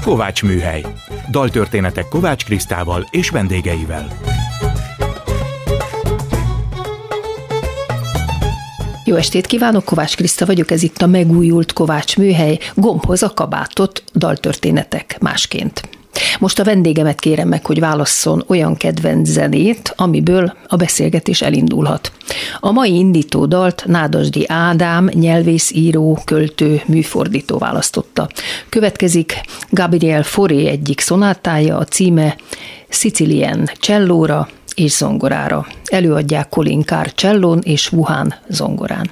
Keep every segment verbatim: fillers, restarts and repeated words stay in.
Kovács Műhely. Daltörténetek Kovács Krisztával és vendégeivel. Jó estét kívánok, Kovács Kriszta vagyok, ez itt a megújult Kovács Műhely, gombhoz a kabátot, daltörténetek másként. Most a vendégemet kérem meg, hogy válasszon olyan kedvenc zenét, amiből a beszélgetés elindulhat. A mai indító dalt Nádasdy Ádám, nyelvészíró, költő, műfordító választotta. Következik Gabriel Fauré egyik szonátája, a címe Sicilian csellóra és zongorára. Előadják Colin Carr csellón és Wuhan zongorán.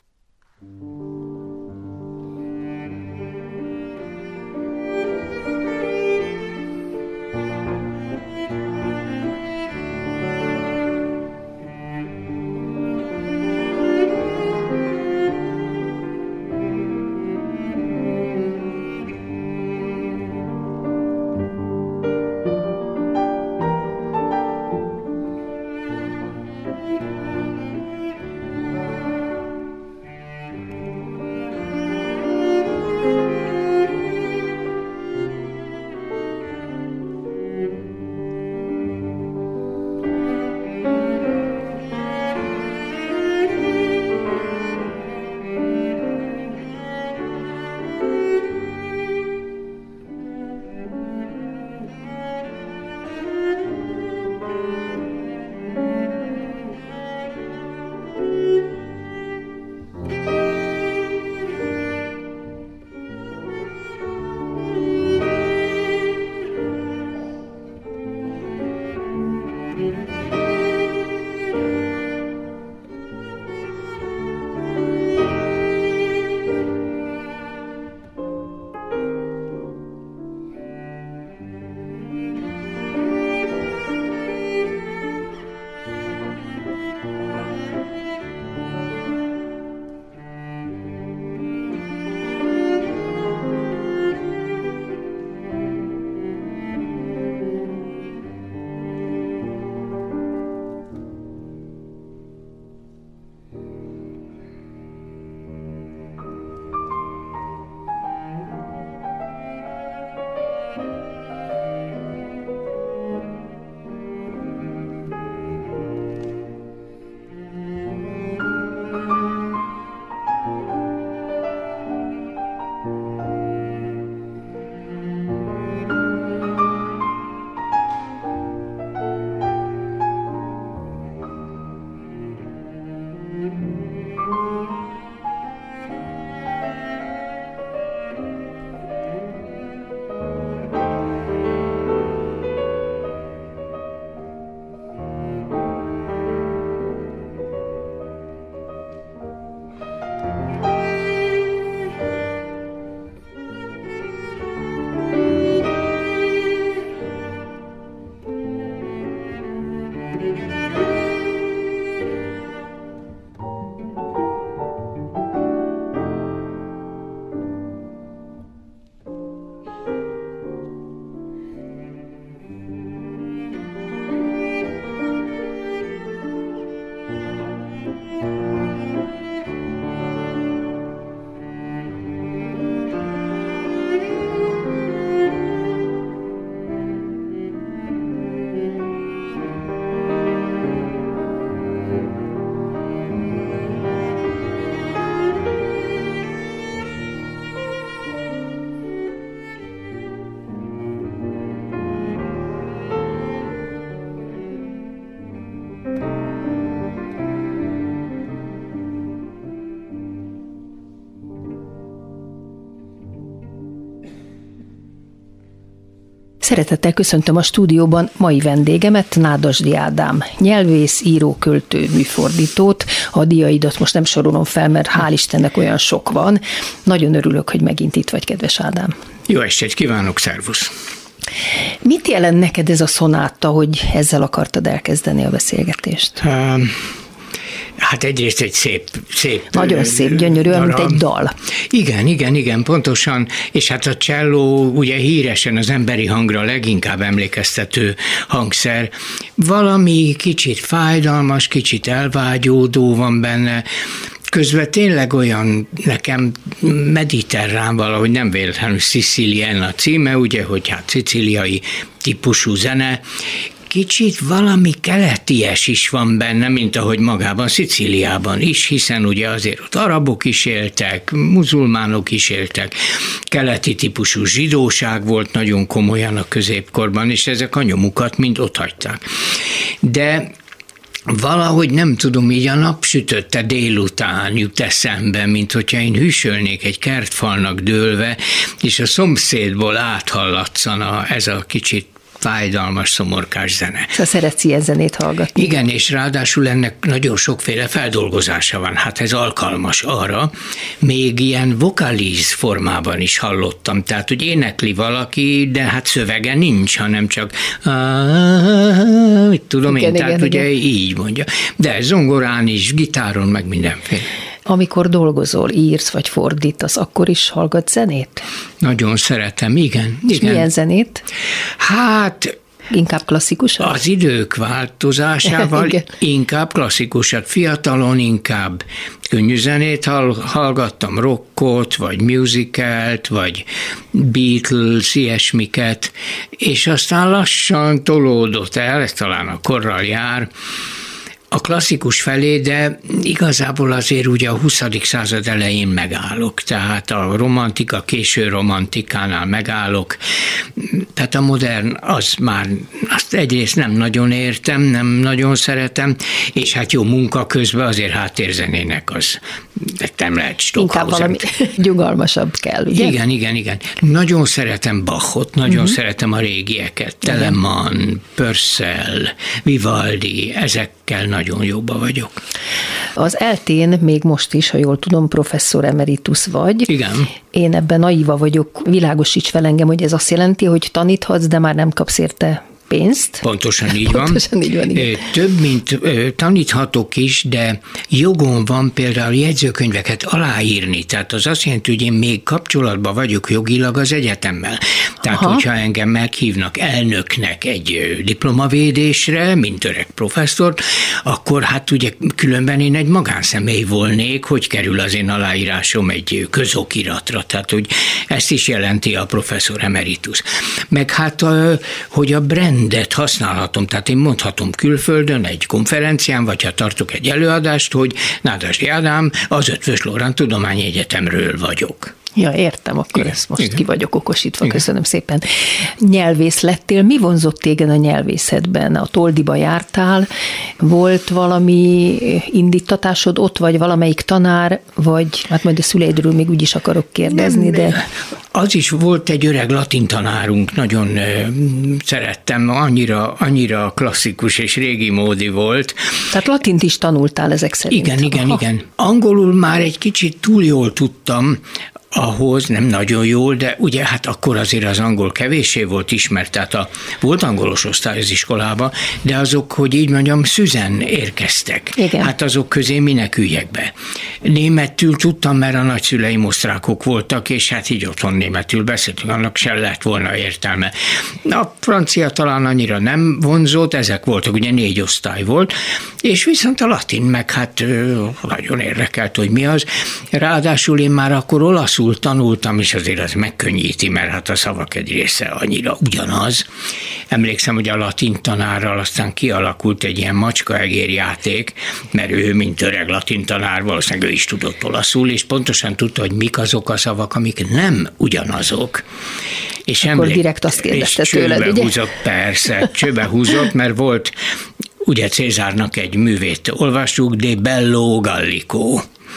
Szeretettel köszöntöm a stúdióban mai vendégemet, Nádasdy Ádám, nyelvész, író, költő, műfordítót. A díjaidat most nem sorolom fel, mert hál' Istennek olyan sok van. Nagyon örülök, hogy megint itt vagy, kedves Ádám. Jó estét kívánok, szervusz! Mit jelent neked ez a szonáta, hogy ezzel akartad elkezdeni a beszélgetést? Um. Hát egyrészt egy szép, szép... Nagyon szép, gyönyörű, mint egy dal. Igen, igen, igen, pontosan, és hát a cselló ugye híresen az emberi hangra leginkább emlékeztető hangszer. Valami kicsit fájdalmas, kicsit elvágyódó van benne, közben tényleg olyan nekem mediterrán valahogy, nem véletlenül Sicilian a címe, ugye, hogy hát szicíliai típusú zene, kicsit valami keleties is van benne, mint ahogy magában Szicíliában is, hiszen ugye azért ott arabok is éltek, muzulmánok is éltek, keleti típusú zsidóság volt nagyon komolyan a középkorban, és ezek a nyomukat mind ott hagyták. De valahogy nem tudom, így a napsütötte délután jut eszembe, mint hogyha én hűsölnék egy kertfalnak dőlve, és a szomszédból áthallatszana ez a kicsit fájdalmas, szomorkás zene. Szóval szeretsz ilyen zenét hallgatni? Igen, és ráadásul ennek nagyon sokféle feldolgozása van, hát ez alkalmas arra. Még ilyen vokaliz formában is hallottam, tehát, hogy énekli valaki, de hát szövege nincs, hanem csak mit tudom én, tehát ugye így mondja. De zongorán is, gitáron, meg mindenféle. Amikor dolgozol, írsz vagy fordítasz, akkor is hallgat zenét? Nagyon szeretem, igen. És igen. milyen zenét? Hát inkább klasszikusat? Az idők változásával inkább klasszikusat. Fiatalon inkább könnyű zenét hallgattam, rockot, vagy musicalt, vagy Beatles, ilyesmiket, és aztán lassan tolódott el, ez talán a korral jár, a klasszikus felé, de igazából azért ugye a huszadik század elején megállok, tehát a romantika, késő romantikánál megállok, tehát a modern az már, azt egyrészt nem nagyon értem, nem nagyon szeretem, és hát jó munka közben azért háttérzenének az nem lehet Stockhausen. Inkább valami nyugalmasabb kell, ugye? Igen, igen, igen. Nagyon szeretem Bachot, nagyon uh-huh. szeretem a régieket, Telemann, Purcell, Vivaldi, ezekkel nagyon jóba vagyok. Az eltén még most is, ha jól tudom, professzor emeritus vagy. Igen. Én ebben naiva vagyok, világosíts fel engem, hogy ez azt jelenti, hogy taníthatsz, de már nem kapsz érte pénzt. Pontosan így van. Pontosan így van, igen. Több, mint taníthatok is, de jogom van például jegyzőkönyveket aláírni. Tehát az azt jelenti, hogy én még kapcsolatban vagyok jogilag az egyetemmel. Tehát, Aha. hogyha engem meghívnak elnöknek egy diplomavédésre, mint öreg professzort, akkor hát ugye különben én egy magánszemély volnék, hogy kerül az én aláírásom egy közokiratra. Tehát, hogy ezt is jelenti a professzor emeritus. Meg hát, hogy a brand rendet használhatom, tehát én mondhatom külföldön egy konferencián, vagy ha tartok egy előadást, hogy Nádasdy Ádám, az Eötvös Loránd Tudományegyetemről vagyok. Ja, értem, akkor igen, ezt most igen. ki vagyok okosítva, igen. Köszönöm szépen. Nyelvész lettél, mi vonzott téged a nyelvészetben? A Toldiba jártál, volt valami indítatásod ott, vagy valamelyik tanár, vagy hát majd a szüleidről még úgy is akarok kérdezni, nem, de... Az is volt egy öreg latin tanárunk, nagyon szerettem, annyira, annyira klasszikus és régi módi volt. Tehát latint is tanultál ezek szerint? Igen, igen, Aha. igen. Angolul már egy kicsit túl jól tudtam, ahhoz nem nagyon jól, de ugye hát akkor azért az angol kevéssé volt ismert, tehát a, volt angolos osztály az iskolában, de azok, hogy így mondjam, szüzen érkeztek. Igen. Hát azok közé minek üljek be. Németül tudtam, mert a nagyszüleim osztrákok voltak, és hát így otthon németül beszéltünk, annak se lett volna értelme. A francia talán annyira nem vonzott, ezek voltak, ugye négy osztály volt, és viszont a latin meg hát nagyon érdekelt, hogy mi az. Ráadásul én már akkor olaszul tanultam, és azért az megkönnyíti, mert hát a szavak egy része annyira ugyanaz. Emlékszem, hogy a latin tanárral aztán kialakult egy ilyen macskaegér játék, mert ő, mint öreg latin tanár, valószínűleg ő is tudott olaszul, és pontosan tudta, hogy mik azok a szavak, amik nem ugyanazok. És akkor emlék, direkt azt kérdezte tőled, ugye? Húzott, persze, csőbe húzott, mert volt ugye Cézárnak egy művét olvastuk, De Bello Gallico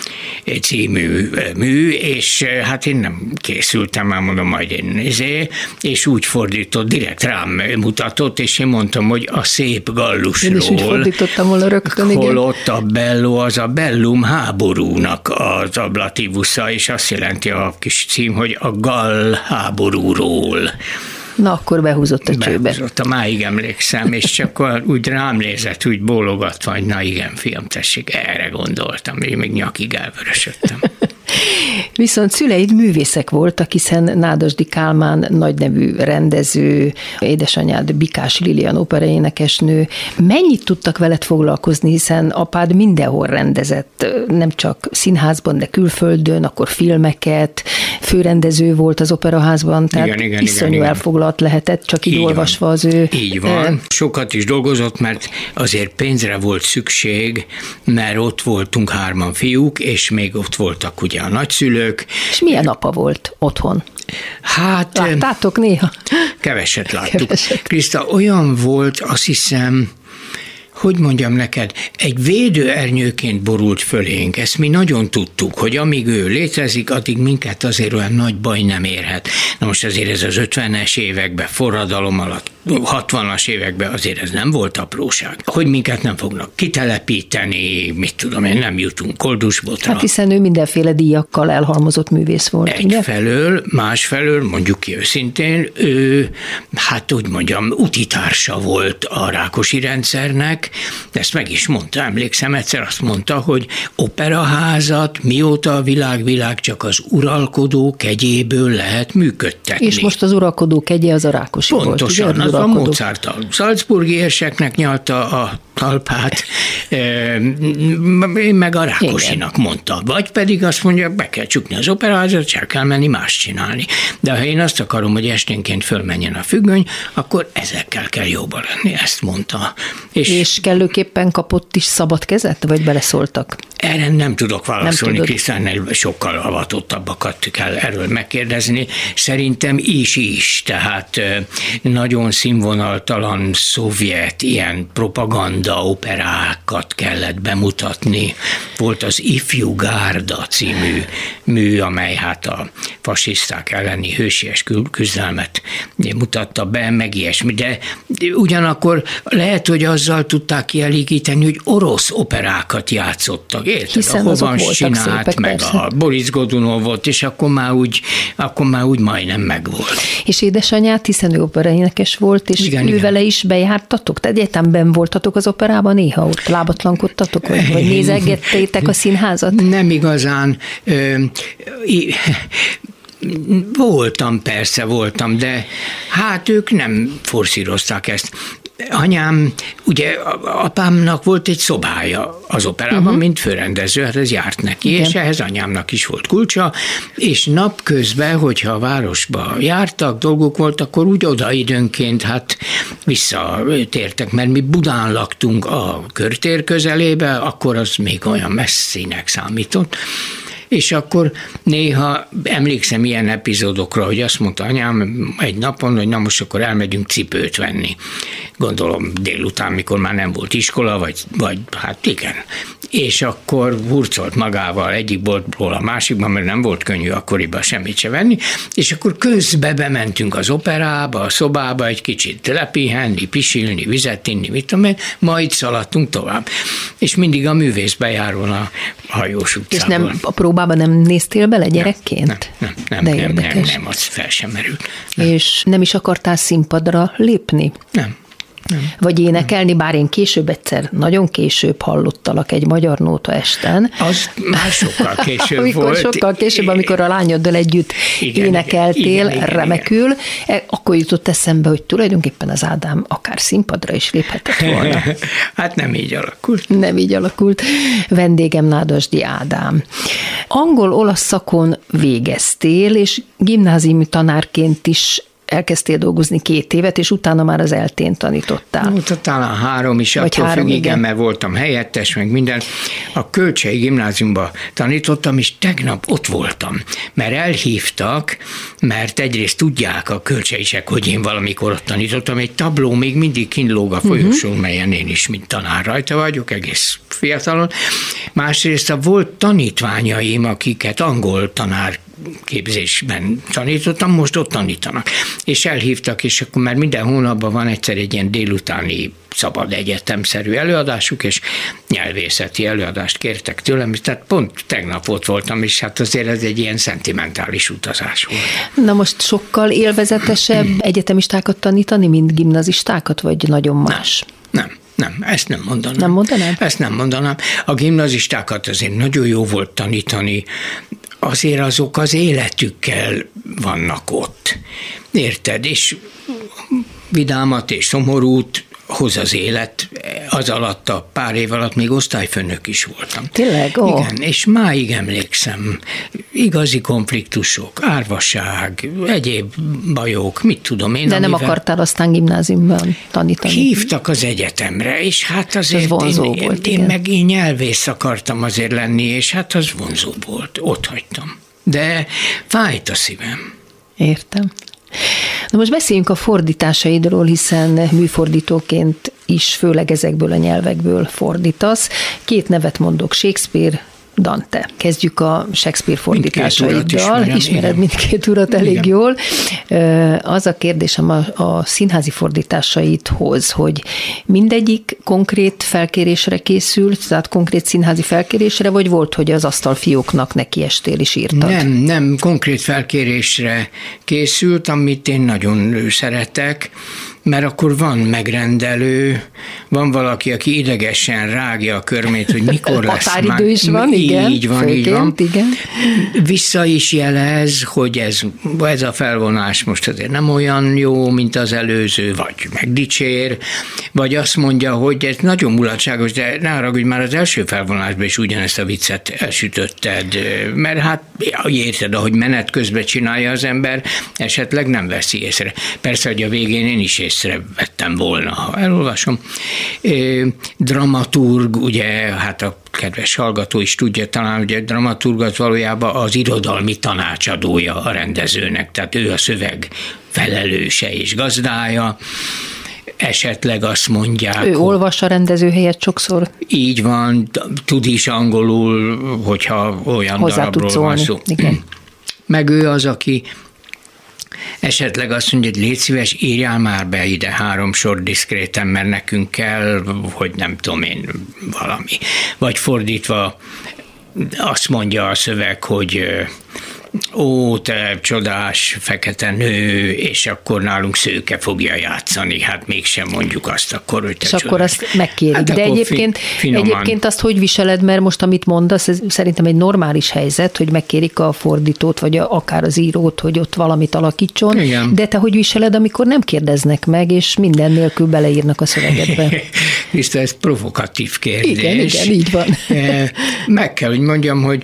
című mű, és hát én nem készültem, már mondom, majd én izé, és úgy fordított, direkt rám mutatott, és én mondtam, hogy a szép gallusról. Én is úgy fordítottam volna rögtön, igen. Holott a bello, az a bellum háborúnak az ablatívusza, és azt jelenti a kis cím, hogy a gall háborúról. Na, akkor behúzott a csőbe. Behúzott, máig emlékszem, és csak úgy rám nézett, úgy bólogatva, hogy na igen, fiam, tessék, erre gondoltam, én még nyakig elvörösödtem. Viszont szüleid művészek voltak, hiszen Nádasdy Kálmán nagynevű rendező, édesanyád Bikás Lilian operaénekesnő. Mennyit tudtak veled foglalkozni, hiszen apád mindenhol rendezett, nem csak színházban, de külföldön, akkor filmeket, főrendező volt az operaházban, tehát igen, igen, iszonyú igen, elfoglalt lehetett, csak így, így olvasva az ő... Így van. Sokat is dolgozott, mert azért pénzre volt szükség, mert ott voltunk hárman fiúk, és még ott voltak ugye a nagyszülők. És milyen apa volt otthon? Hát... Láttátok néha? Keveset láttuk. Keveset. Kriszta, olyan volt, azt hiszem, hogy mondjam neked, egy védőernyőként borult fölénk. Ezt mi nagyon tudtuk, hogy amíg ő létezik, addig minket azért olyan nagy baj nem érhet. Na most azért ez az ötvenes években, forradalom alatt, hatvanas években azért ez nem volt apróság. Hogy minket nem fognak kitelepíteni, mit tudom én, nem jutunk Koldusbotra. Hát hiszen ő mindenféle díjakkal elhalmozott művész volt. Egyfelől, másfelől, mondjuk ki őszintén, ő, hát úgy mondjam, utitársa volt a Rákosi rendszernek, ezt meg is mondta, emlékszem, egyszer azt mondta, hogy operaházat mióta a világ világ csak az uralkodó kegyéből lehet működtetni. És most az uralkodó kegye az a Rákosi volt. Pontosan, az a Mozart a salzburgi érseknek nyalta a talpát, én meg a Rákosinak mondta. Vagy pedig azt mondja, be kell csukni az operaházat, csak kell menni más csinálni. De ha én azt akarom, hogy esténként fölmenjen a függöny, akkor ezekkel kell jóba lenni, ezt mondta. És, és kellőképpen kapott is szabad kezet, vagy beleszóltak? Erre nem tudok válaszolni, Krisztánnél sokkal avatottabbakat kell erről megkérdezni. Szerintem is is, tehát nagyon színvonaltalan szovjet ilyen propaganda operákat kellett bemutatni. Volt az Ifjú Gárda című mű, amely hát a fasiszták elleni hősies küzdelmet mutatta be, meg ilyesmi, de ugyanakkor lehet, hogy azzal tudták kielégíteni, hogy orosz operákat játszottak. Érted? Hiszen a Hovans Csinált, meg persze. a Boris Godunov volt, és akkor már úgy, akkor már úgy majdnem megvolt. És édesanyát, hiszen ő operaénekes volt, és igen, ő igen. vele is bejártatok? Tehát egyáltalán benn voltatok az operában néha? Ott lábatlankodtatok? Vagy, vagy nézegettétek a színházat? Nem igazán. Ö, voltam, persze voltam, de hát ők nem forszírozták ezt. Anyám, ugye apámnak volt egy szobája az operában, uh-huh. mint főrendező, hát ez járt neki, igen. és ehhez anyámnak is volt kulcsa, és napközben, hogyha a városba jártak, dolgok volt, akkor úgy oda időnként hát visszatértek, mert mi Budán laktunk a körtér közelébe, akkor az még olyan messzinek számított, és akkor néha emlékszem ilyen epizódokra, hogy azt mondta anyám egy napon, hogy na most akkor elmegyünk cipőt venni. Gondolom délután, mikor már nem volt iskola, vagy, vagy hát igen. És akkor hurcolt magával egyik boltból a másikban, mert nem volt könnyű akkoriban semmit se venni, és akkor közbe bementünk az operába, a szobába egy kicsit lepihenni, pisilni, vizet inni, mit tudom én, majd szaladtunk tovább. És mindig a művészbejárón a hajós utcából. És nem, a próbában nem néztél bele gyerekként? Nem, nem, nem, nem, nem, nem, nem, az fel sem merült. Nem. És nem is akartál színpadra lépni? Nem. Nem. Vagy énekelni, bár én később egyszer, nagyon később hallottalak egy magyar nóta esten. Az már sokkal később amikor volt. Sokkal később, amikor a lányoddal együtt igen, énekeltél, igen, remekül, igen. Akkor jutott eszembe, hogy tulajdonképpen az Ádám akár színpadra is léphetett volna. Hát nem így alakult. Nem így alakult. Vendégem Nádasdy Ádám. Angol-olasz szakon végeztél, és gimnáziumi tanárként is elkezdtél dolgozni két évet, és utána már az eltén tanítottál. No, talán három is, vagy attól három, függ, igen, mert voltam helyettes, meg minden. A Kölcsei Gimnáziumban tanítottam, és tegnap ott voltam, mert elhívtak, mert egyrészt tudják a kölcseisek, hogy én valamikor ott tanítottam, egy tabló még mindig kínlóg a folyosón, uh-huh. melyen én is, mint tanár rajta vagyok, egész fiatalon. Másrészt a volt tanítványaim, akiket angol tanár képzésben tanítottam, most ott tanítanak. És elhívtak, és akkor már minden hónapban van egyszer egy ilyen délutáni szabad egyetemszerű előadásuk, és nyelvészeti előadást kértek tőlem, tehát pont tegnap ott voltam, és hát azért ez egy ilyen szentimentális utazás volt. Na most sokkal élvezetesebb egyetemistákat tanítani, mint gimnazistákat, vagy nagyon más? Nem. nem. Nem, ezt nem mondanám. Nem mondanám? Ezt nem mondanám. A gimnazistákat azért nagyon jó volt tanítani. azért azok az életükkel vannak ott. Érted? És vidámat és szomorút hoz az élet, az alatt a pár év alatt még osztályfőnök is voltam. Tényleg? Ó. Igen, és máig emlékszem, igazi konfliktusok, árvaság, egyéb bajok, mit tudom én. De nem amivel... akartál aztán gimnáziumban tanítani? Hívtak az egyetemre, és hát azért vonzó én, volt, én meg én nyelvész akartam azért lenni, és hát az vonzó volt, ott hagytam. De fájt a szívem. Értem. Na most beszéljünk a fordításaidról, hiszen műfordítóként is főleg ezekből a nyelvekből fordítasz. Két nevet mondok, Shakespeare, Dante. Kezdjük a Shakespeare fordításaiddal. Ismered igen. mindkét urat elég igen. jól. Az a kérdésem a, a színházi fordításaidhoz, hogy mindegyik konkrét felkérésre készült, tehát konkrét színházi felkérésre, vagy volt, hogy az asztalfióknak nekiestél is írtad? Nem, nem, konkrét felkérésre készült, amit én nagyon szeretek, mert akkor van megrendelő, van valaki, aki idegesen rágja a körmét, hogy mikor lesz már. Határidő is van, igen. Így van, főként, így van. Igen. Vissza is jelez, hogy ez, ez a felvonás most azért nem olyan jó, mint az előző, vagy megdicsér, vagy azt mondja, hogy ez nagyon mulatságos, de ne haragudj, már az első felvonásban is ugyanezt a viccet elsütötted, mert hát érted, ahogy menet közben csinálja az ember, esetleg nem veszi észre. Persze, hogy a végén én is észrevettem volna, ha elolvasom. Dramaturg, ugye, hát a kedves hallgató is tudja talán, hogy a dramaturg az valójában az irodalmi tanácsadója a rendezőnek, tehát ő a szöveg felelőse és gazdája. Esetleg azt mondják... Ő hogy olvas a rendező helyett sokszor. Így van, tud is angolul, hogyha olyan hozzá darabról van szó. Igen. Meg ő az, aki esetleg azt mondja, hogy légy szíves, írjál már be ide három sor diszkréten, mert nekünk kell, hogy nem tudom én, valami. Vagy fordítva azt mondja a szöveg, hogy ó, te csodás fekete nő, és akkor nálunk szőke fogja játszani, hát mégsem mondjuk azt akkor, hogy te és csodás. akkor azt megkérik. Hát de egyébként, fin- egyébként azt hogy viseled, mert most amit mondasz, ez szerintem egy normális helyzet, hogy megkérik a fordítót, vagy a, akár az írót, hogy ott valamit alakítson, igen. De te hogy viseled, amikor nem kérdeznek meg, és minden nélkül beleírnak a szövegedbe? Kriszta, ez provokatív kérdés. Igen, igen, így van. Meg kell, hogy mondjam, hogy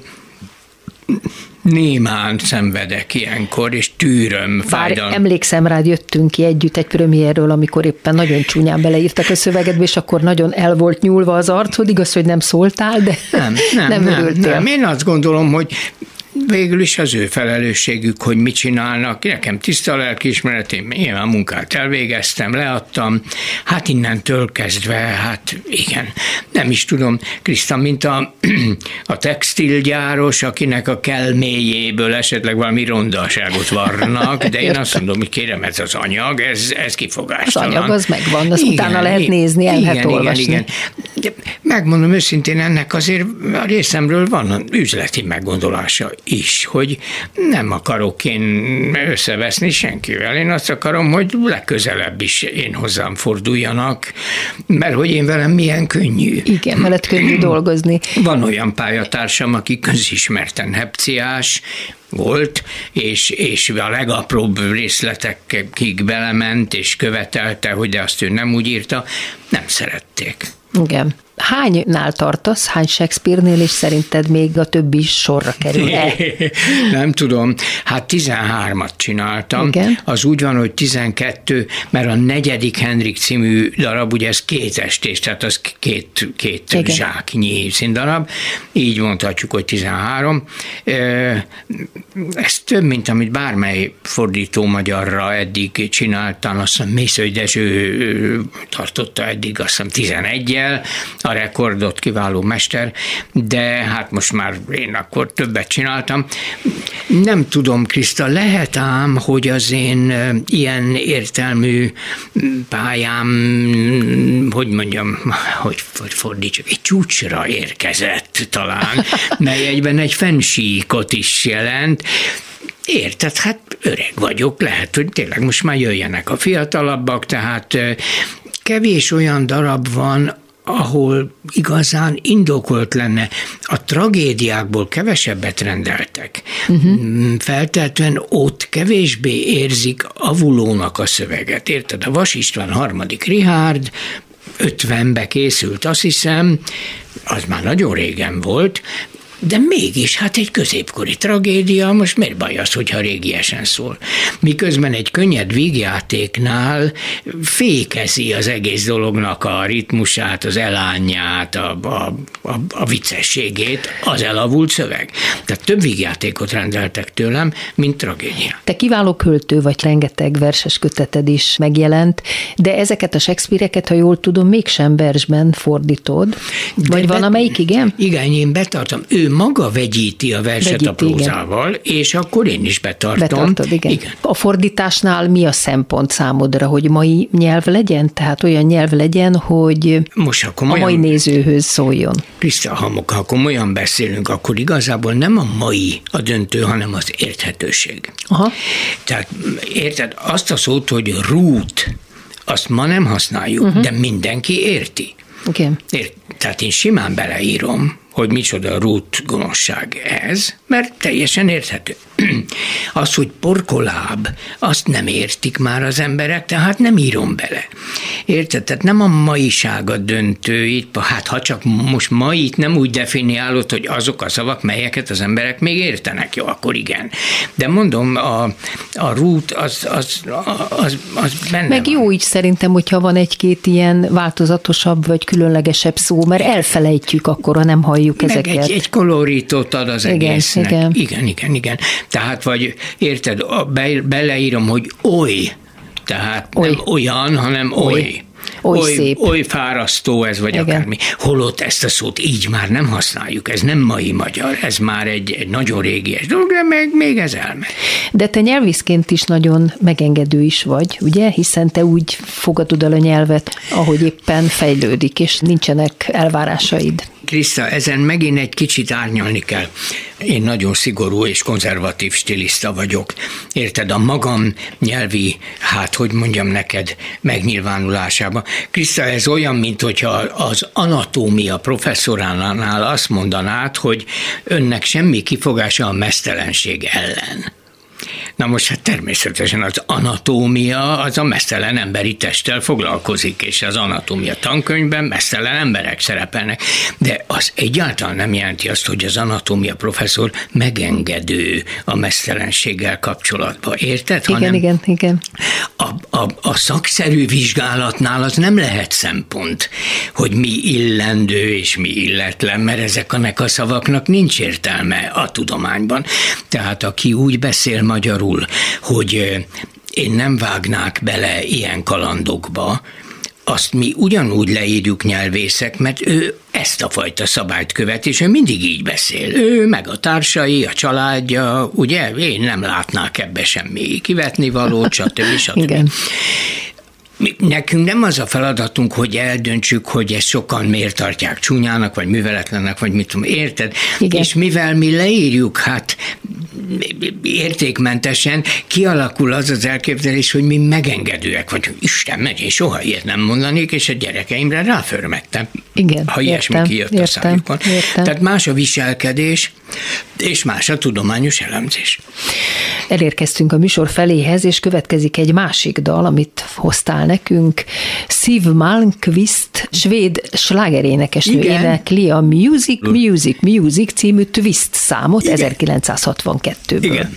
némán szenvedek ilyenkor, és tűröm, fájdalom. Bár emlékszem rád, jöttünk ki együtt egy premiérről, amikor éppen nagyon csúnyán beleírtak a szövegedbe, és akkor nagyon el volt nyúlva az arcod, igaz, hogy nem szóltál, de nem, nem, nem, nem örültél. Nem. Én azt gondolom, hogy végül is az ő felelősségük, hogy mit csinálnak. Nekem tiszta lelkiismeretém, én a munkát elvégeztem, leadtam, hát innentől kezdve, hát igen, nem is tudom, Kriszta, mint a, a textilgyáros, akinek a kelméjéből esetleg valami rondaságot varnak, de én azt mondom, hogy kérem, ez az anyag, ez, ez kifogástalan. Az anyag az megvan, azt igen, utána lehet nézni, el lehet olvasni. Igen, igen. Megmondom őszintén, ennek azért a részemről van üzleti meggondolása is, hogy nem akarok én összeveszni senkivel. Én azt akarom, hogy legközelebb is én hozzám forduljanak, mert hogy én velem milyen könnyű. Igen, veled könnyű dolgozni. Van olyan pályatársam, aki közismerten hepciás volt, és, és a legapróbb részletekig belement, és követelte, hogy de azt ő nem úgy írta, nem szerették. Igen. Hánynál tartasz, hány Shakespeare-nél, és szerinted még a többi is sorra kerül-e? Nem tudom, hát tizenhármat csináltam. Igen. Az úgy van, hogy tizenkettő, mert a negyedik Henrik című darab, ugye ez két estés, tehát az két, két zsáknyi színdarab, így mondhatjuk, hogy tizenhárom. Ez több, mint amit bármely fordító magyarra eddig csináltam, azt hiszem Mészöly Dezső tartotta eddig, azt hiszem tizeneggyel, a rekordot, kiváló mester, de hát most már én akkor többet csináltam. Nem tudom, Kriszta, lehet ám, hogy az én ilyen értelmű pályám, hogy mondjam, hogy, hogy fordítsak, egy csúcsra érkezett talán, mely egyben egy fennsíkot is jelent. Érted, hát öreg vagyok, lehet, hogy tényleg most már jöjjenek a fiatalabbak, tehát kevés olyan darab van, ahol igazán indokolt lenne. A tragédiákból kevesebbet rendeltek. Uh-huh. Feltehetően ott kevésbé érzik avulónak a szöveget. Érted? A Vas István harmadik Richárd ötvenbe készült, azt hiszem, az már nagyon régen volt, de mégis, hát egy középkori tragédia, most miért baj az, hogyha régiesen szól? Miközben egy könnyed vígjátéknál fékezi az egész dolognak a ritmusát, az elányát, a, a, a, a viccességét, az elavult szöveg. Tehát több vígjátékot rendeltek tőlem, mint tragédia. Te kiváló költő vagy, rengeteg verses köteted is megjelent, de ezeket a Shakespeare-eket, ha jól tudom, mégsem versben fordítod. Vagy de van, amelyik igen? Igen, én betartom. Ő maga vegyíti a verset vegyíti, a prózával, igen. És akkor én is betartom. Betartod, igen. igen. A fordításnál mi a szempont számodra, hogy mai nyelv legyen? Tehát olyan nyelv legyen, hogy most, ha komolyan, a mai nézőhöz szóljon. Kriszta, ha, ha komolyan beszélünk, akkor igazából nem a mai a döntő, hanem az érthetőség. Aha. Tehát érted, azt a szót, hogy rút, azt ma nem használjuk, uh-huh. de mindenki érti. Okay. Ért, tehát én simán beleírom, hogy micsoda rút gonoszság ez, mert teljesen érthető. Az, hogy porkoláb, azt nem értik már az emberek, tehát nem írom bele. Érted? Tehát nem a maiság a döntő itt, hát ha csak most mait nem úgy definiálod, hogy azok a szavak, melyeket az emberek még értenek, jó, akkor igen. De mondom, a, a rút az, az, az, az benne meg van. Jó így szerintem, hogyha van egy-két ilyen változatosabb vagy különlegesebb szó, mert elfelejtjük akkor, ha nem halljuk meg ezeket. Egy, egy koloritot ad az igen, egésznek. Igen. igen, igen, igen. Tehát vagy érted, be, beleírom, hogy oly, tehát oly. Nem olyan, hanem oly. oly. Oly, oly szép. Oly fárasztó ez, vagy igen. akármi. Holott ezt a szót így már nem használjuk, ez nem mai magyar, ez már egy, egy nagyon régies dolog, de meg, még ez elmegy. De te nyelvészként is nagyon megengedő is vagy, ugye? Hiszen te úgy fogadod el a nyelvet, ahogy éppen fejlődik, és nincsenek elvárásaid. Kriszta, ezen megint egy kicsit árnyalni kell. Én nagyon szigorú és konzervatív stiliszta vagyok. Érted, a magam nyelvi, hát hogy mondjam neked, megnyilvánulásában. Kriszta, ez olyan, mint hogyha az anatómia professzoránál azt mondanád, hogy önnek semmi kifogása a meztelenség ellen. Na most hát természetesen az anatómia az a meztelen emberi testtel foglalkozik, és az anatómia tankönyvben meztelen emberek szerepelnek. De az egyáltalán nem jelenti azt, hogy az anatómia professzor megengedő a meztelenséggel kapcsolatban. Érted? Igen, hanem igen, igen. A, a, a szakszerű vizsgálatnál az nem lehet szempont, hogy mi illendő és mi illetlen, mert ezeknek a szavaknak nincs értelme a tudományban. Tehát aki úgy beszél magyarul, hogy én nem vágnák bele ilyen kalandokba, azt mi ugyanúgy leírjuk nyelvészek, mert ő ezt a fajta szabályt követ, és ő mindig így beszél. Ő, meg a társai, a családja, ugye, én nem látnák ebbe semmi kivetnivalót, stb. stb. Igen. Nekünk nem az a feladatunk, hogy eldöntsük, hogy ezt sokan miért tartják csúnyának, vagy műveletlennek, vagy mit tudom, érted? Igen. És mivel mi leírjuk, hát értékmentesen, kialakul az az elképzelés, hogy mi megengedőek vagyunk. Isten megy, én soha ilyet nem mondanék, és a gyerekeimre ráförmegtem. Igen, ha ilyesmi értem, kijött értem, a szájukon. Értem. Tehát más a viselkedés, és más a tudományos elemzés. Elérkeztünk a műsor feléhez, és következik egy másik dal, amit hoztál nekünk. Siw Malmkvist, svéd slágerénekesnő énekli a Music, Music, Music című Twist számot. Igen. ezerkilencszázhatvankettőből. Igen.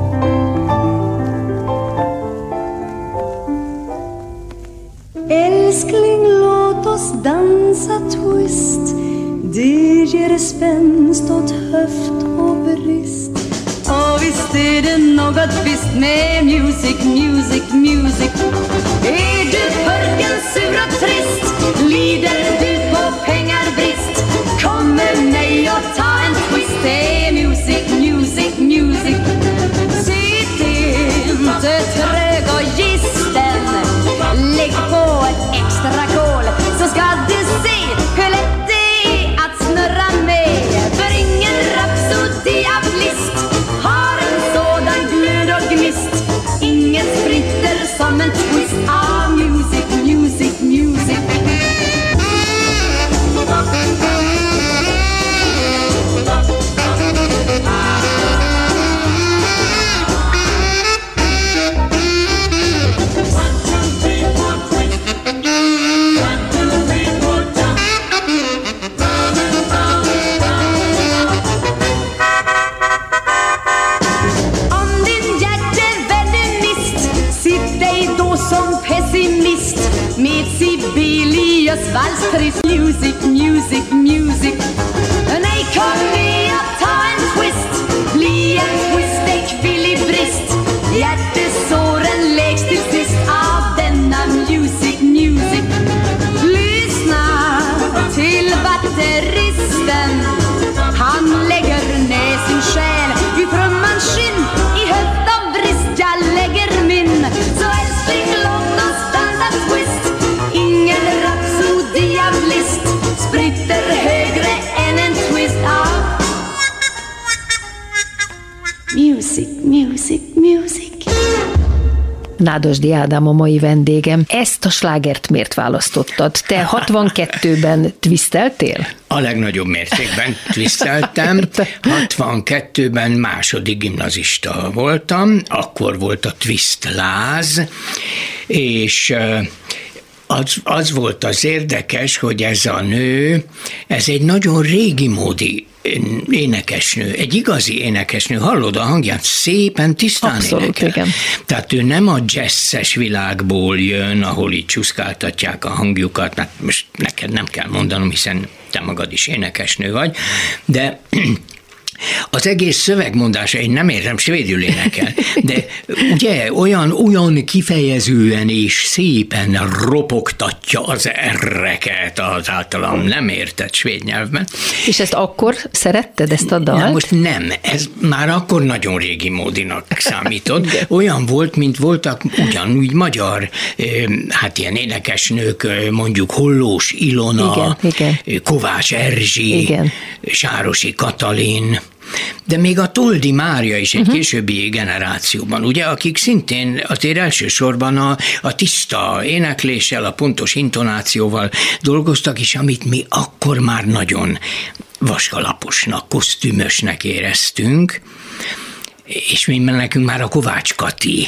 Älskling, låt oss dansa twist. Det ger spänst åt höft och brist. Och visst är det något visst med music, music, music. Är du purken sur och trist? Lider du på pengarbrist? Kom med mig och ta en twist. Det är music, music, music. Sitt inte trög och gisten. Lägg på ett extra kol, så ska du se hur lätt det är att snurra med. För ingen rapsodi av list har en sådan glöd och gnist. Ingen spritter som en twist av music, music, music. Elias Wallström. Music, music, music. Nej, kom ner, ta en twist. Bli en twist, ekvilibrist. Hjärtesåren läks till sist av denna music, music. Lyssna till batteristen. Han lägger ner sin själ i trummans skinn. I höft av brist jag lägger min. Så älskling, låt oss dansa twist. Ingen rapsodi av list spritter högre än en twist av music, music, music. Nádasdy Ádám a mai vendégem. Ezt a slágert miért választottad? Te hatvankettőben twisteltél? A legnagyobb mértékben twisteltem. hatvankettőben második gimnazista voltam, akkor volt a twistláz, és az, az volt az érdekes, hogy ez a nő, ez egy nagyon régi módi énekesnő, egy igazi énekesnő, hallod a hangját, szépen tisztán Abszolút, énekel. Igen. Tehát ő nem a jazzes világból jön, ahol így csuszkáltatják a hangjukat, hát most neked nem kell mondanom, hiszen te magad is énekesnő vagy, de az egész szövegmondása, én nem értem, svédül énekel, de ugye olyan, olyan kifejezően és szépen ropogtatja az erreket az általam nem értett svéd nyelvben. És ezt akkor szeretted, ezt a dalt? Na most nem, ez már akkor nagyon régi módinak számított. Olyan volt, mint voltak ugyanúgy magyar, hát ilyen énekesnők, mondjuk Hollós Ilona, igen, igen. Kovács Erzsi, igen. Sárosi Katalin, de még a Toldi Mária is egy uh-huh. későbbi generációban, ugye, akik szintén azért elsősorban a, a tiszta énekléssel, a pontos intonációval dolgoztak, és amit mi akkor már nagyon vaskalaposnak, kosztümösnek éreztünk, és mi nekünk már a Kovács Kati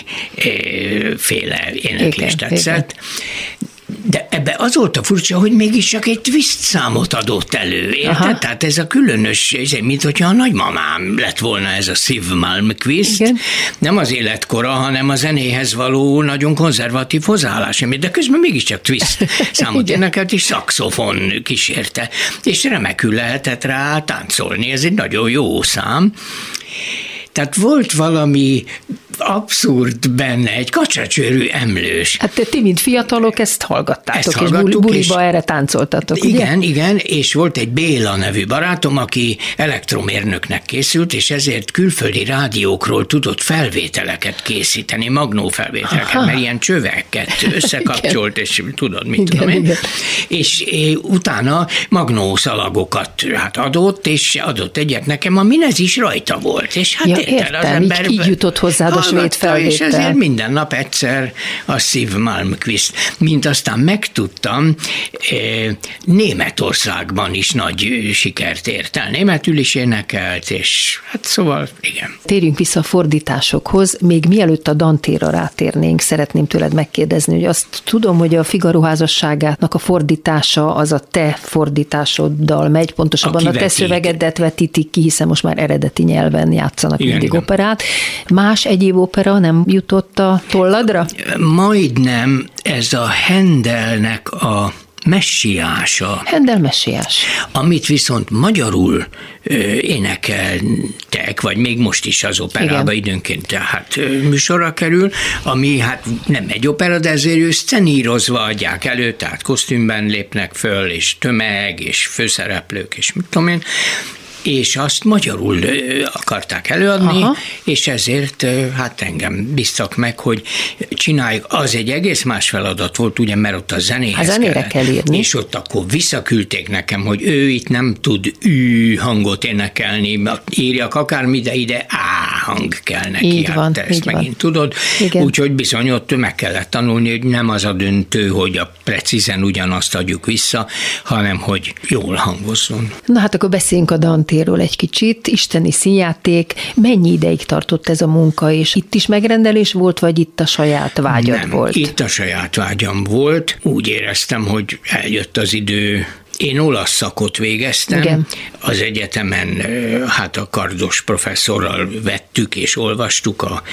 féle éneklés tetszett. De ebbe az volt a furcsa, hogy mégis csak egy twist számot adott elő, érted? Tehát ez a különös, mint hogyha a nagymamám lett volna ez a Siv Malmkvist. Igen. Nem az életkora, hanem a zenéhez való nagyon konzervatív hozzáállás, de közben mégiscsak twist számot énekelt, és szaxofon kísérte. És remekül lehetett rá táncolni, ez egy nagyon jó szám. Tehát volt valami abszurd benne, egy kacsacsőrű emlős. Hát te, ti, mint fiatalok, ezt hallgattátok, ezt hallgattuk, és buliba és erre táncoltatok, igen, ugye? Igen, és volt egy Béla nevű barátom, aki elektromérnöknek készült, és ezért külföldi rádiókról tudott felvételeket készíteni, magnó felvételeket, Aha. mert ilyen csöveket összekapcsolt, és tudod, mit igen, tudom én. Igen. És utána magnó szalagokat hát adott, és adott egyet nekem, amin ez is rajta volt. És hát ja, értem, az ember így, így jutott hozzád a svéd felvétel. És ezért minden nap egyszer a Siv Malmkvist. Mint aztán megtudtam, Németországban is nagy sikert ért el. Németül is énekelt, és hát szóval igen. Térjünk vissza a fordításokhoz. Még mielőtt a Dantéra rátérnénk, szeretném tőled megkérdezni, hogy azt tudom, hogy a Figaro házasságának a fordítása az a te fordításoddal megy, pontosabban a, a te szövegedet vetítik ki, hiszen most már eredeti nyelven játszanak igen, mindig igen. operát. Más egyéb opera nem jutott a tolladra? Majdnem ez a Hendelnek a Messiása. Händel Messiás. Amit viszont magyarul ö, énekeltek, vagy még most is az operába igen. időnként tehát ö, műsorra kerül, ami hát nem egy opera, de ezért ő szcenírozva adják elő, tehát kosztümben lépnek föl, és tömeg, és főszereplők, és mit tudom én, és azt magyarul akarták előadni, Aha. és ezért hát engem bíztak meg, hogy csináljuk. Az egy egész más feladat volt, ugye, mert ott a zenéhez a zenére kell írni. És ott akkor visszaküldték nekem, hogy ő itt nem tud ű hangot énekelni, írjak akármi, de ide á hang kell neki. Így hát van, te ezt így megint van. Tudod. Úgyhogy bizony ott meg kellett tanulni, hogy nem az a döntő, hogy a precízen ugyanazt adjuk vissza, hanem hogy jól hangozzon. Na hát akkor beszéljünk a Dantéről egy kicsit. Isteni színjáték. Mennyi ideig tartott ez a munka, és itt is megrendelés volt, vagy itt a saját vágyad nem, volt? Itt a saját vágyam volt. Úgy éreztem, hogy eljött az idő. Én olasz szakot végeztem, igen. Az egyetemen hát a kardos professzorral vettük és olvastuk a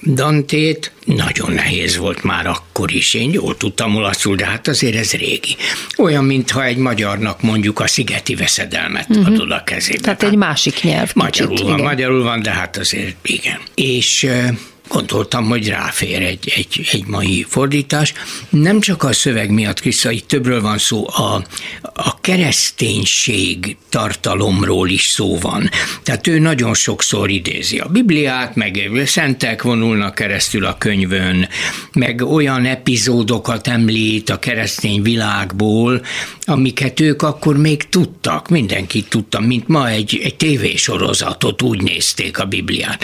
Dantét, nagyon nehéz volt már akkor is. Én jól tudtam olaszul, de hát azért ez régi. Olyan, mintha egy magyarnak mondjuk a Szigeti Veszedelmet uh-huh. adod a kezébe. Tehát egy másik nyelv. Magyarul kicsit, van, igen. magyarul van, de hát azért igen. És gondoltam, hogy ráfér egy, egy, egy mai fordítás. Nem csak a szöveg miatt, Kriszta, itt többről van szó, a, a kereszténység tartalomról is szó van. Tehát ő nagyon sokszor idézi a Bibliát, meg szentek vonulnak keresztül a könyvön, meg olyan epizódokat említ a keresztény világból, amiket ők akkor még tudtak, mindenki tudta, mint ma egy, egy tévésorozatot úgy nézték a Bibliát.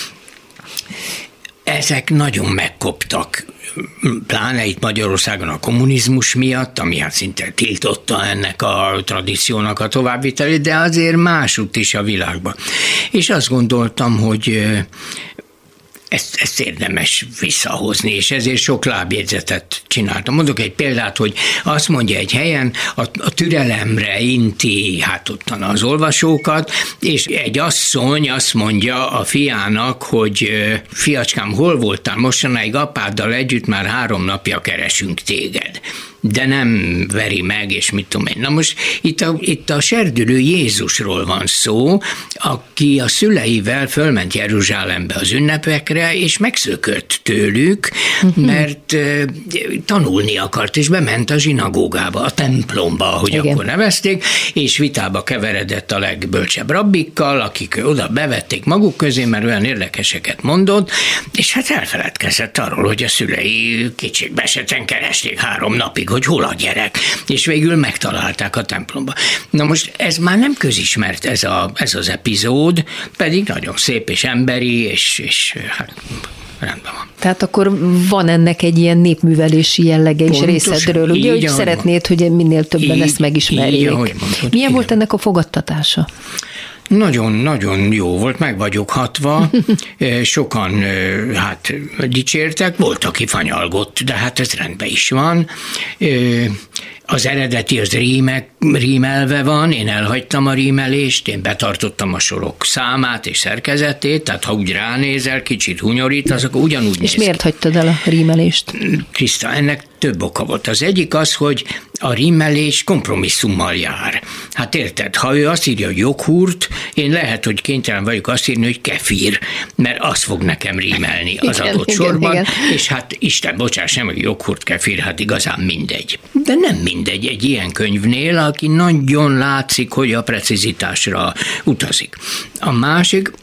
Ezek nagyon megkoptak, pláne itt Magyarországon a kommunizmus miatt, ami hát szinte tiltotta ennek a tradíciónak a továbbvitelét, de azért másutt is a világban. És azt gondoltam, hogy Ezt, ezt érdemes visszahozni, és ezért sok lábjegyzetet csináltam. Mondok egy példát, hogy azt mondja egy helyen, a, a türelemre inti hát ottan az olvasókat, és egy asszony azt mondja a fiának, hogy fiacskám, hol voltál mostanáig, apáddal együtt már három napja keresünk téged, de nem veri meg, és mit tudom én. Na most itt a, itt a serdülő Jézusról van szó, aki a szüleivel fölment Jeruzsálembe az ünnepekre, és megszökött tőlük, mert uh, tanulni akart, és bement a zsinagógába, a templomba, ahogy Igen. akkor nevezték, és vitába keveredett a legbölcsebb rabbikkal, akik oda bevették maguk közé, mert olyan érdekeseket mondott, és hát elfeledkezett arról, hogy a szülei kétségbeesetten keresték három napig, hogy hol a gyerek, és végül megtalálták a templomba. Na most ez már nem közismert ez, a, ez az epizód, pedig nagyon szép és emberi, és, és hát rendben van. Tehát akkor van ennek egy ilyen népművelési jellege is részedről, ugye, hogy szeretnéd, hogy minél többen így, ezt megismerjék. Így, mondod, Milyen igen. volt ennek a fogadtatása? Nagyon-nagyon jó volt, meg vagyok hatva, sokan hát dicsértek, volt, aki fanyalgott, de hát ez rendben is van. Az eredeti az rímek, rímelve van, én elhagytam a rímelést, én betartottam a sorok számát és szerkezetét, tehát ha úgy ránézel, kicsit hunyorít, az akkor ugyanúgy néz. És miért hagytad el a rímelést? Kriszta, ennek több oka volt. Az egyik az, hogy a rímelés kompromisszummal jár. Hát érted, ha ő azt írja, hogy joghurt, én lehet, hogy kénytelen vagyok azt írni, hogy kefir, mert az fog nekem rímelni az igen, adott igen, sorban, igen. És hát Isten bocsáss, nem, hogy joghurt, kefir, hát igazán mindegy. De nem mindegy egy ilyen könyvnél, aki nagyon látszik, hogy a precizitásra utazik. A másik,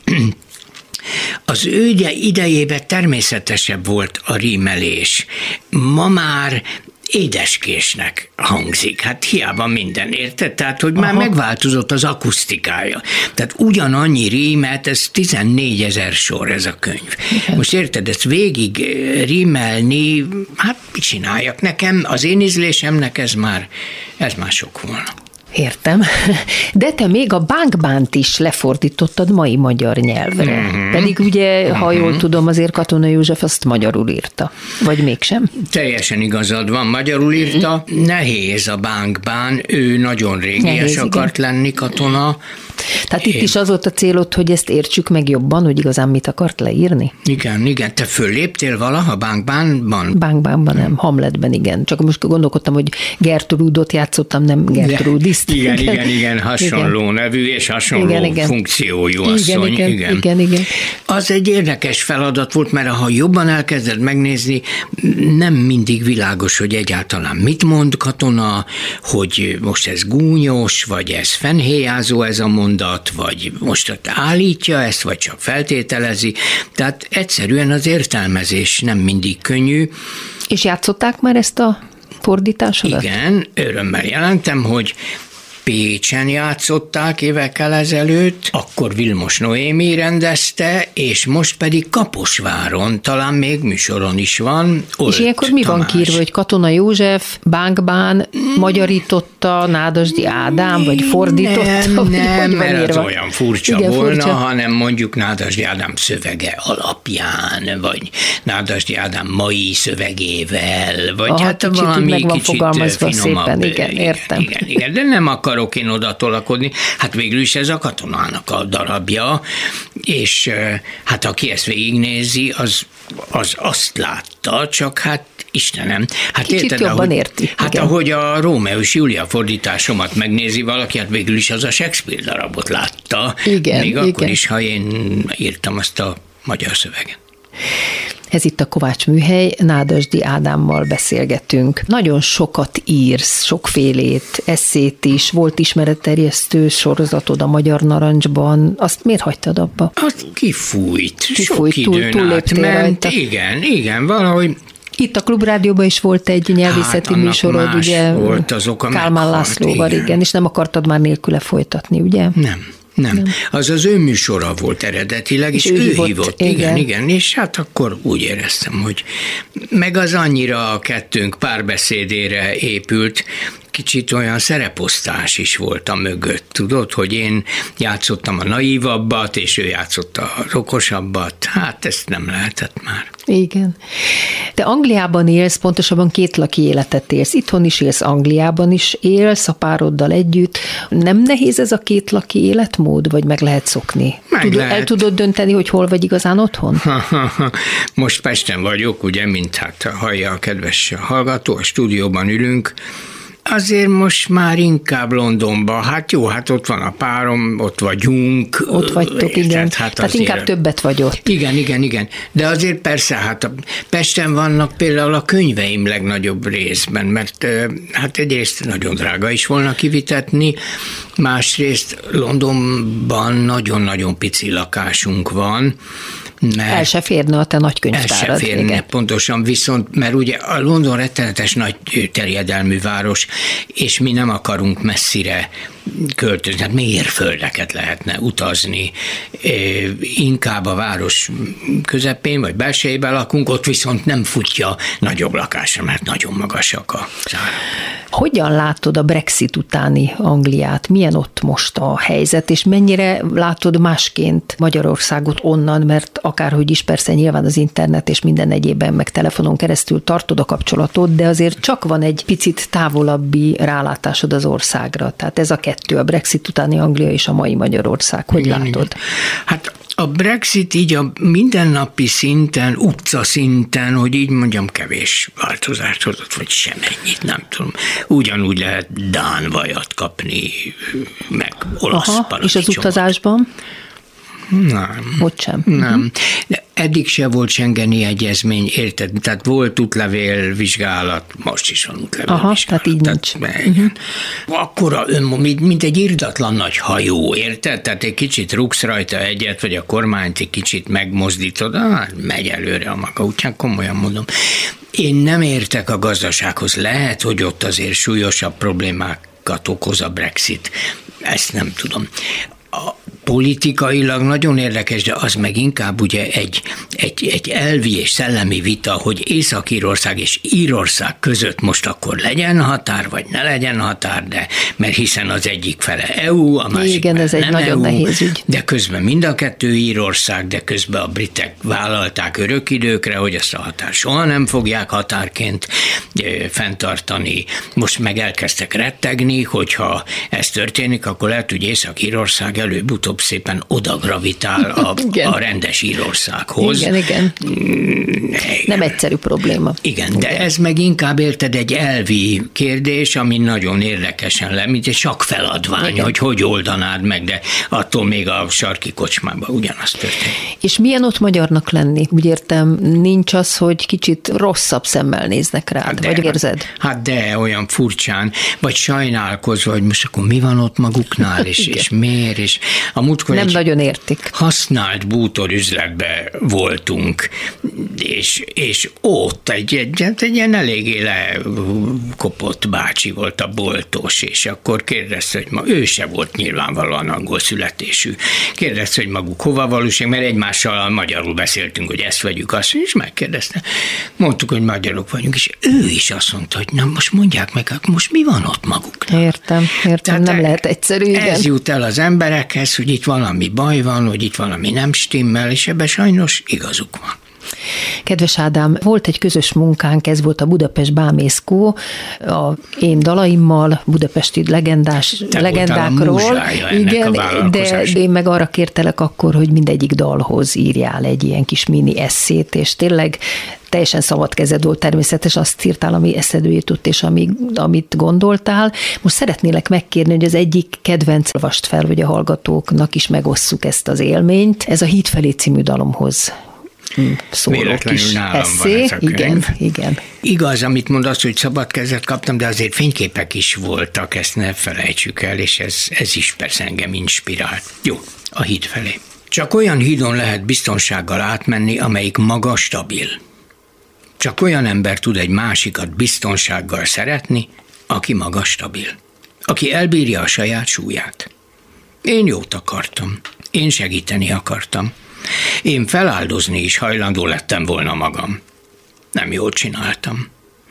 az ő idejében természetesebb volt a rímelés. Ma már édeskésnek hangzik. Hát hiába minden, érted? Tehát, hogy Aha. már megváltozott az akusztikája. Tehát ugyanannyi rímet, ez tizennégyezer sor ez a könyv. Igen. Most érted, ezt végig rímelni, hát mit csináljak? Nekem, az én ízlésemnek ez már, ez már sok volna. Értem. De te még a Bánk-Bánt is lefordítottad mai magyar nyelvre. Mm-hmm. Pedig ugye, ha jól tudom, azért Katona József azt magyarul írta. Vagy mégsem? Teljesen igazad van, magyarul írta. Mm-hmm. Nehéz a Bánk-Bán, ő nagyon régies akart igen. lenni Katona. Tehát Én... itt is az volt a célod, hogy ezt értsük meg jobban, hogy igazán mit akart leírni? Igen, igen. Te fölléptél valaha Bánk-Bánban? Bánk-Bánban nem, Hamletben igen. Csak most gondolkodtam, hogy Gertrudot játszottam, nem Gertrudiszt. Igen, igen, igen, igen, hasonló igen. nevű és hasonló igen, igen. funkciójú igen, asszony. Igen, igen. Igen, igen. Az egy érdekes feladat volt, mert ha jobban elkezded megnézni, nem mindig világos, hogy egyáltalán mit mond Katona, hogy most ez gúnyos, vagy ez fennhéjázó ez a mondat, vagy most állítja ezt, vagy csak feltételezi. Tehát egyszerűen az értelmezés nem mindig könnyű. És játszották már ezt a fordításodat? Igen, örömmel jelentem, hogy Pécsen játszották évekkel ezelőtt, akkor Vilmos Noémi rendezte, és most pedig Kaposváron, talán még műsoron is van. Olt és ilyenkor mi Tamás. van kiírva, hogy Katona József, Bánk-Bán magyarította Nádasdy Ádám, vagy fordította? Nem, vagy nem, vagy mert az olyan furcsa igen, volna, furcsa. hanem mondjuk Nádasdy Ádám szövege alapján, vagy Nádasdy Ádám mai szövegével, vagy Aha, hát kicsit valami meg van kicsit fogalmazva finomabb. Szépen, igen, értem. Igen, igen, igen, de nem akarok én oda tolakodni. Hát végül is ez a Katonának a darabja, és hát aki ezt végignézi, az az azt látta, csak hát Istenem, hát kicsit érted, jobban ahogy, érti. Hát igen. ahogy a Rómeó és Júlia fordításomat megnézi valaki, hát végül is az a Shakespeare darabot látta. Igen, még igen. akkor is, ha én írtam azt a magyar szöveget. Ez itt a Kovács Műhely, Nádasdy Ádámmal beszélgetünk. Nagyon sokat írsz, sokfélét, esszét is, volt ismeretterjesztő sorozatod a Magyar Narancsban. Azt miért hagytad abba? Azt kifújt, Kifújt, sok túl, időn túlléptél átment. rajta. Igen, igen, valahogy. Itt a Klubrádióban is volt egy nyelvészeti hát, sorod, ugye? Volt az oka, Kálmán meghalt, Lászlóval, igen. igen, és nem akartad már nélküle folytatni, ugye? Nem. Nem. nem, az az ő műsora volt eredetileg, és, és ő, ő hívott, hívott. Igen. igen, igen, és hát akkor úgy éreztem, hogy meg az annyira a kettőnk párbeszédére épült, kicsit olyan szereposztás is volt a mögött, tudod, hogy én játszottam a naívabbat, és ő játszotta az okosabbat, hát ezt nem lehetett már. Igen. Te Angliában élsz, pontosabban kétlaki életet élsz. Itthon is élsz, Angliában is élsz, a pároddal együtt. Nem nehéz ez a kétlaki életmód, vagy meg lehet szokni? Meg Tudod, lehet. El tudod dönteni, hogy hol vagy igazán otthon? Most Pesten vagyok, ugye, mint hát hallja a kedves hallgató, a stúdióban ülünk. Azért most már inkább Londonban, hát jó, hát ott van a párom, ott vagyunk. Ott vagytok, igen. Hát hát Tehát inkább többet vagy ott. Igen, igen, igen. De azért persze, hát a Pesten vannak például a könyveim legnagyobb részben, mert hát egyrészt nagyon drága is volna kivitetni, másrészt Londonban nagyon-nagyon pici lakásunk van, mert el se férne a te nagy könyvtárad. El se férne, igen. Pontosan, viszont, mert ugye a London rettenetes nagy terjedelmű város, és mi nem akarunk messzire költözni, hát mérföldeket lehetne utazni, inkább a város közepén, vagy belsejében lakunk, ott viszont nem futja nagyobb lakásra, mert nagyon magasak a zárak. Hogyan látod a Brexit utáni Angliát? Milyen ott most a helyzet, és mennyire látod másként Magyarországot onnan, mert akárhogy is persze nyilván az internet és minden egyébben, meg telefonon keresztül tartod a kapcsolatot, de azért csak van egy picit távolabbi rálátásod az országra. Tehát ez a kettő, a Brexit utáni Anglia és a mai Magyarország. Hogy igen, látod? Igen. Hát a Brexit így a mindennapi szinten, utca szinten, hogy így mondjam, kevés változást hozott, vagy semennyit, nem tudom. Ugyanúgy lehet dán vajat kapni, meg olasz paradicsomot. És az utazásban? Nem. Ott sem. Nem. De eddig se volt Schengeni egyezmény, érted? Tehát volt útlevél vizsgálat, most is van útlevél Aha, vizsgálat. tehát így nincs. Uh-huh. Akkora önmond, mint, mint egy irdatlan nagy hajó, érted? Tehát egy kicsit rúgsz rajta egyet, vagy a kormányt egy kicsit megmozdítod, ah, megy előre a maga útján, komolyan mondom. Én nem értek a gazdasághoz. Lehet, hogy ott azért súlyosabb problémákat okoz a Brexit. Ezt nem tudom. A politikailag nagyon érdekes, de az meg inkább ugye egy, egy, egy elvi és szellemi vita, hogy Észak-Írország és Írország között most akkor legyen határ, vagy ne legyen határ, de mert hiszen az egyik fele é u, a másik igen, fele ez egy nem nagyon é u, nehéz ügy. De közben mind a kettő Írország, de közben a britek vállalták örök időkre, hogy ezt a határ soha nem fogják határként fenntartani. Most meg elkezdtek rettegni, hogyha ez történik, akkor lehet, hogy Észak-Írország előbb-utóbb szépen oda gravitál a, a rendes Írországhoz. Igen, igen. Nem egyszerű probléma. Igen, igen, de ez meg inkább érted egy elvi kérdés, ami nagyon érdekesen le, mint egy sakfeladvány, igen. hogy hogy oldanád meg, de attól még a sarki kocsmában ugyanazt történik. És milyen ott magyarnak lenni? Úgy értem, nincs az, hogy kicsit rosszabb szemmel néznek rád, hát de, vagy érzed? Hát de, olyan furcsán, vagy sajnálkozva, hogy most akkor mi van ott maguknál, és, és miért, és a múltkor nem nagyon értik. Használt bútorüzletbe voltunk, és, és ott egy, egy, egy ilyen eléggé lekopott bácsi volt a boltos, és akkor kérdezte, hogy ma ő se volt nyilvánvalóan angol születésű. Kérdezte, hogy maguk hova valóság, mert egymással magyarul beszéltünk, hogy ezt vegyük, azt, és megkérdezte. Mondtuk, hogy magyarok vagyunk, és ő is azt mondta, hogy na most mondják meg, most mi van ott maguknak? Értem, értem, tehát nem lehet egyszerű, igen. Ez jut el az emberekhez, hogy itt valami baj van, hogy itt valami nem stimmel, és ebben sajnos igazuk van. Kedves Ádám, volt egy közös munkánk, ez volt a Budapest Bámészkó, a én dalaimmal, budapesti legendás Te legendákról. Igen, de, de én meg arra kértelek akkor, hogy mindegyik dalhoz írjál egy ilyen kis mini esszét, és tényleg teljesen szabad kezed volt, természetes, azt írtál, ami eszedbe jutott, és ami, amit gondoltál. Most szeretnélek megkérni, hogy az egyik kedvenc olvast fel, hogy a hallgatóknak is megosszuk ezt az élményt. Ez a Híd felé című dalomhoz szóló kis esszé. Igen, igen. Igaz, amit mondasz, hogy szabad kezet kaptam, de azért fényképek is voltak, ezt ne felejtsük el, és ez, ez is persze engem inspirált. Jó, a híd felé. Csak olyan hídon lehet biztonsággal átmenni, amelyik maga stabil. Csak olyan ember tud egy másikat biztonsággal szeretni, aki maga stabil. Aki elbírja a saját súlyát. Én jót akartam. Én segíteni akartam. Én feláldozni is hajlandó lettem volna magam. Nem jól csináltam.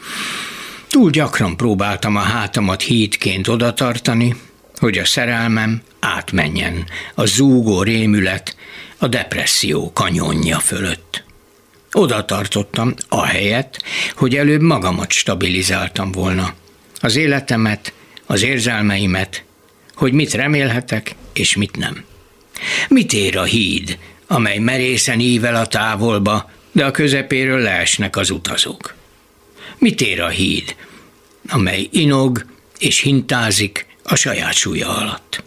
Túl gyakran próbáltam a hátamat hídként odatartani, hogy a szerelmem átmenjen a zúgó rémület, a depresszió kanyonja fölött. Oda tartottam, ahelyett, hogy előbb magamat stabilizáltam volna. Az életemet, az érzelmeimet, hogy mit remélhetek, és mit nem. Mit ér a híd, amely merészen ível a távolba, de a közepéről leesnek az utazók? Mit ér a híd, amely inog és hintázik a saját súlya alatt?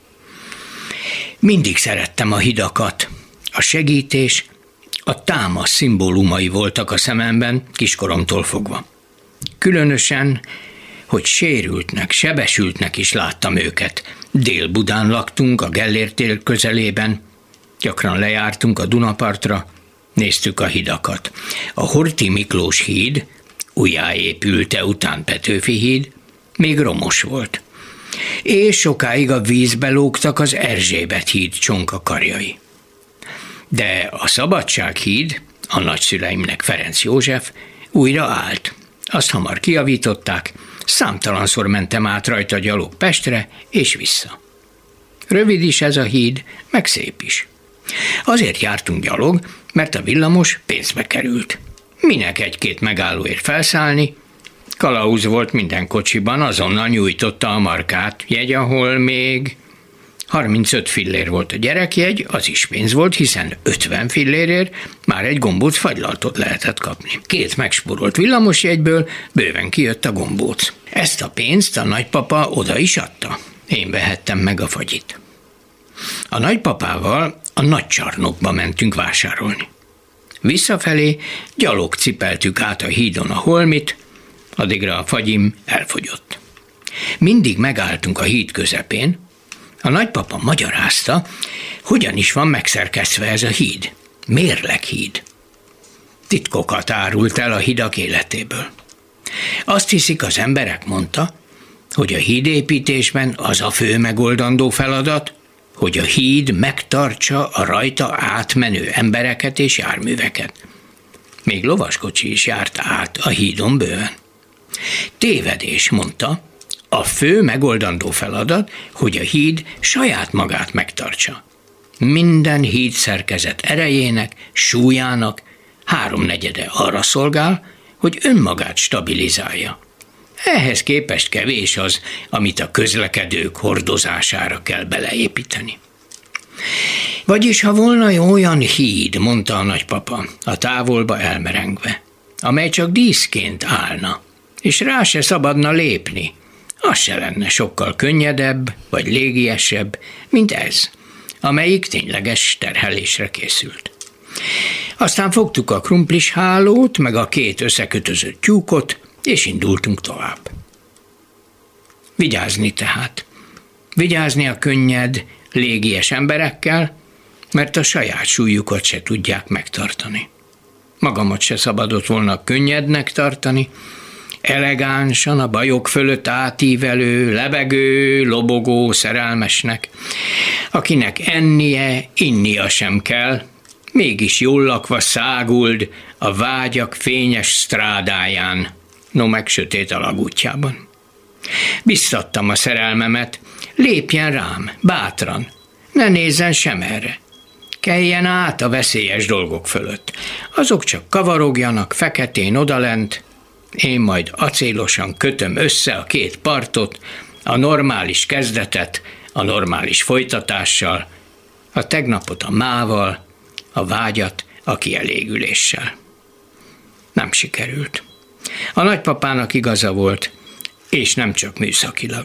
Mindig szerettem a hidakat. A segítés, a támasz szimbólumai voltak a szememben kiskoromtól fogva. Különösen, hogy sérültnek, sebesültnek is láttam őket. Dél-Budán laktunk, a Gellért tér közelében, gyakran lejártunk a Dunapartra, néztük a hidakat. A Horthy Miklós híd, újjáépülte után Petőfi híd, még romos volt. És sokáig a vízbe lógtak az Erzsébet híd csonkakarjai. De a Szabadsághíd, a nagyszüleimnek Ferenc József, újra állt. Azt hamar kijavították, számtalanszor mentem át rajta gyalog Pestre és vissza. Rövid is ez a híd, meg szép is. Azért jártunk gyalog, mert a villamos pénzbe került. Minek egy-két megállóért felszállni? Kalauz volt minden kocsiban, azonnal nyújtotta a markát, jegy, ahol még... harmincöt fillér volt a gyerekjegy, az is pénz volt, hiszen ötven fillérért már egy gombóc fagylaltot lehetett kapni. Két megspórolt villamosjegyből bőven kijött a gombóc. Ezt a pénzt a nagypapa oda is adta. Én vehettem meg a fagyit. A nagypapával a Nagycsarnokba mentünk vásárolni. Visszafelé gyalog cipeltük át a hídon a holmit, addigra a fagyim elfogyott. Mindig megálltunk a híd közepén. A nagypapa magyarázta, hogyan is van megszerkesztve ez a híd. Mérleghíd. Titkokat árult el a hidak életéből. Azt hiszik az emberek, mondta, hogy a hídépítésben az a fő megoldandó feladat, hogy a híd megtartsa a rajta átmenő embereket és járműveket. Még lovaskocsi is járt át a hídon bőven. Tévedés, mondta, a fő megoldandó feladat, hogy a híd saját magát megtartsa. Minden híd szerkezet erejének, súlyának háromnegyede arra szolgál, hogy önmagát stabilizálja. Ehhez képest kevés az, amit a közlekedők hordozására kell beleépíteni. Vagyis, ha volna olyan híd, mondta a nagypapa, a távolba elmerengve, amely csak díszként állna, és rá se szabadna lépni, az se lenne sokkal könnyedebb vagy légiesebb, mint ez, amelyik tényleges terhelésre készült. Aztán fogtuk a krumplis hálót, meg a két összekötözött tyúkot, és indultunk tovább. Vigyázni tehát. Vigyázni a könnyed, légies emberekkel, mert a saját súlyukat se tudják megtartani. Magamat se szabadott volna könnyednek tartani, elegánsan a bajok fölött átívelő, lebegő, lobogó szerelmesnek, akinek ennie, innia sem kell, mégis jól lakva száguld a vágyak fényes sztrádáján, no meg sötét alagútjában. Biztattam a szerelmemet, lépjen rám, bátran, ne nézzen sem erre. keljen át a veszélyes dolgok fölött. Azok csak kavarogjanak feketén odalent, én majd acélosan kötöm össze a két partot, a normális kezdetet a normális folytatással, a tegnapot a mával, a vágyat a kielégüléssel. Nem sikerült. A nagypapának igaza volt, és nem csak műszakilag.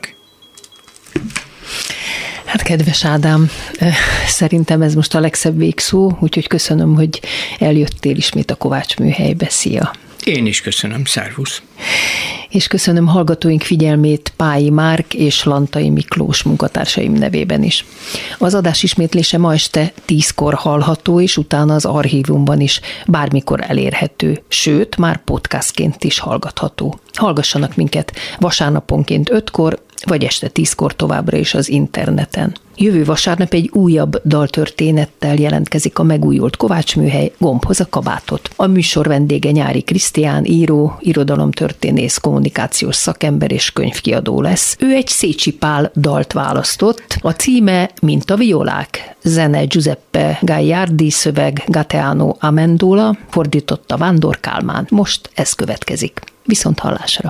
Hát kedves Ádám, szerintem ez most a legszebb végszó, úgyhogy köszönöm, hogy eljöttél ismét a Kovács műhelybe. Szia! Én is köszönöm, szervusz! És köszönöm hallgatóink figyelmét Pályi Márk és Lantai Miklós munkatársaim nevében is. Az adás ismétlése ma este tízkor hallható, és utána az archívumban is bármikor elérhető, sőt, már podcastként is hallgatható. Hallgassanak minket vasárnaponként ötkor, vagy este tízkor továbbra is az interneten. Jövő vasárnap egy újabb daltörténettel jelentkezik a megújult Kovács műhely, Gombhoz a kabátot. A műsor vendége Nyári Krisztián, író, irodalomtörténész, kommunikációs szakember és könyvkiadó lesz. Ő egy Szécsi Pál dalt választott. A címe Mint a violák. Zene Giuseppe Gagliardi, szöveg Gaetano Amendola, fordította Vándor Kálmán. Most ez következik. Viszont hallásra!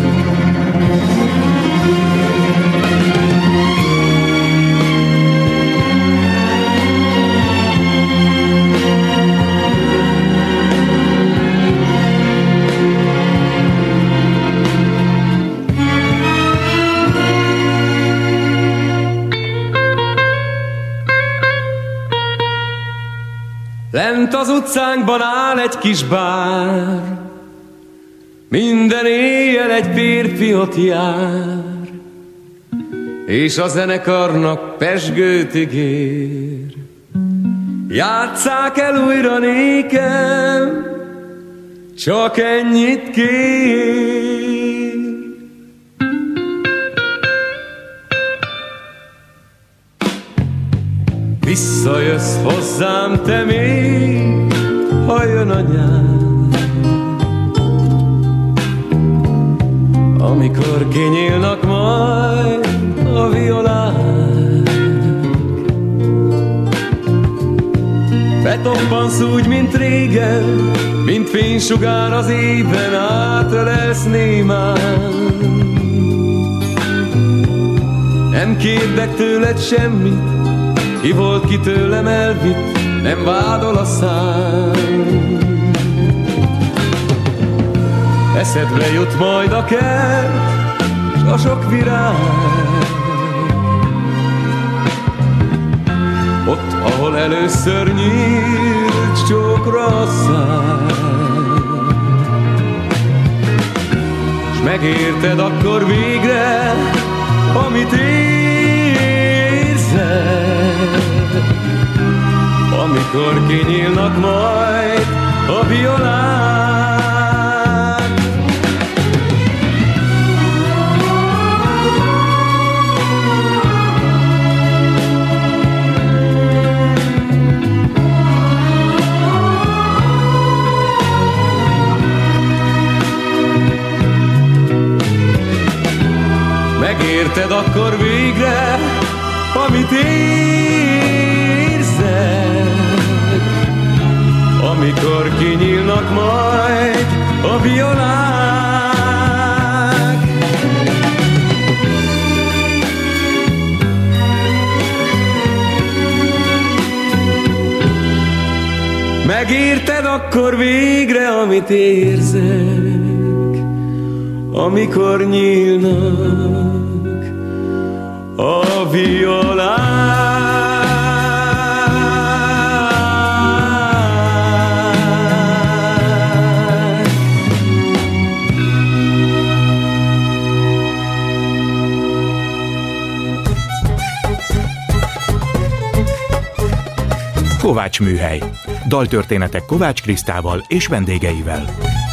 Lent az utcánkban áll egy kis bár, minden éjjel egy férfiot jár, és a zenekarnak pezsgőt ígér. Játsszák el újra nékem, csak ennyit kér. Visszajössz hozzám te még, ha jön a nyár, amikor kinyílnak majd a violák. Betobbansz úgy, mint régen, mint fénysugár az ében, átölelsz némán. Nem kérdek tőled semmit, ki volt, ki tőlem elvitt, nem vádol a szám. Eszedbe jut majd a kert, s a sok virág, ott, ahol először nyílt csókra a szám. S megérted akkor végre, amit érzed, amikor kinyílnak majd a violák. Megérted akkor végre, amit érzed, amikor kinyílnak majd a violák. Megérted akkor végre, amit érzek, amikor nyílnak a violák. Kovács műhely. Daltörténetek Kovács Krisztával és vendégeivel.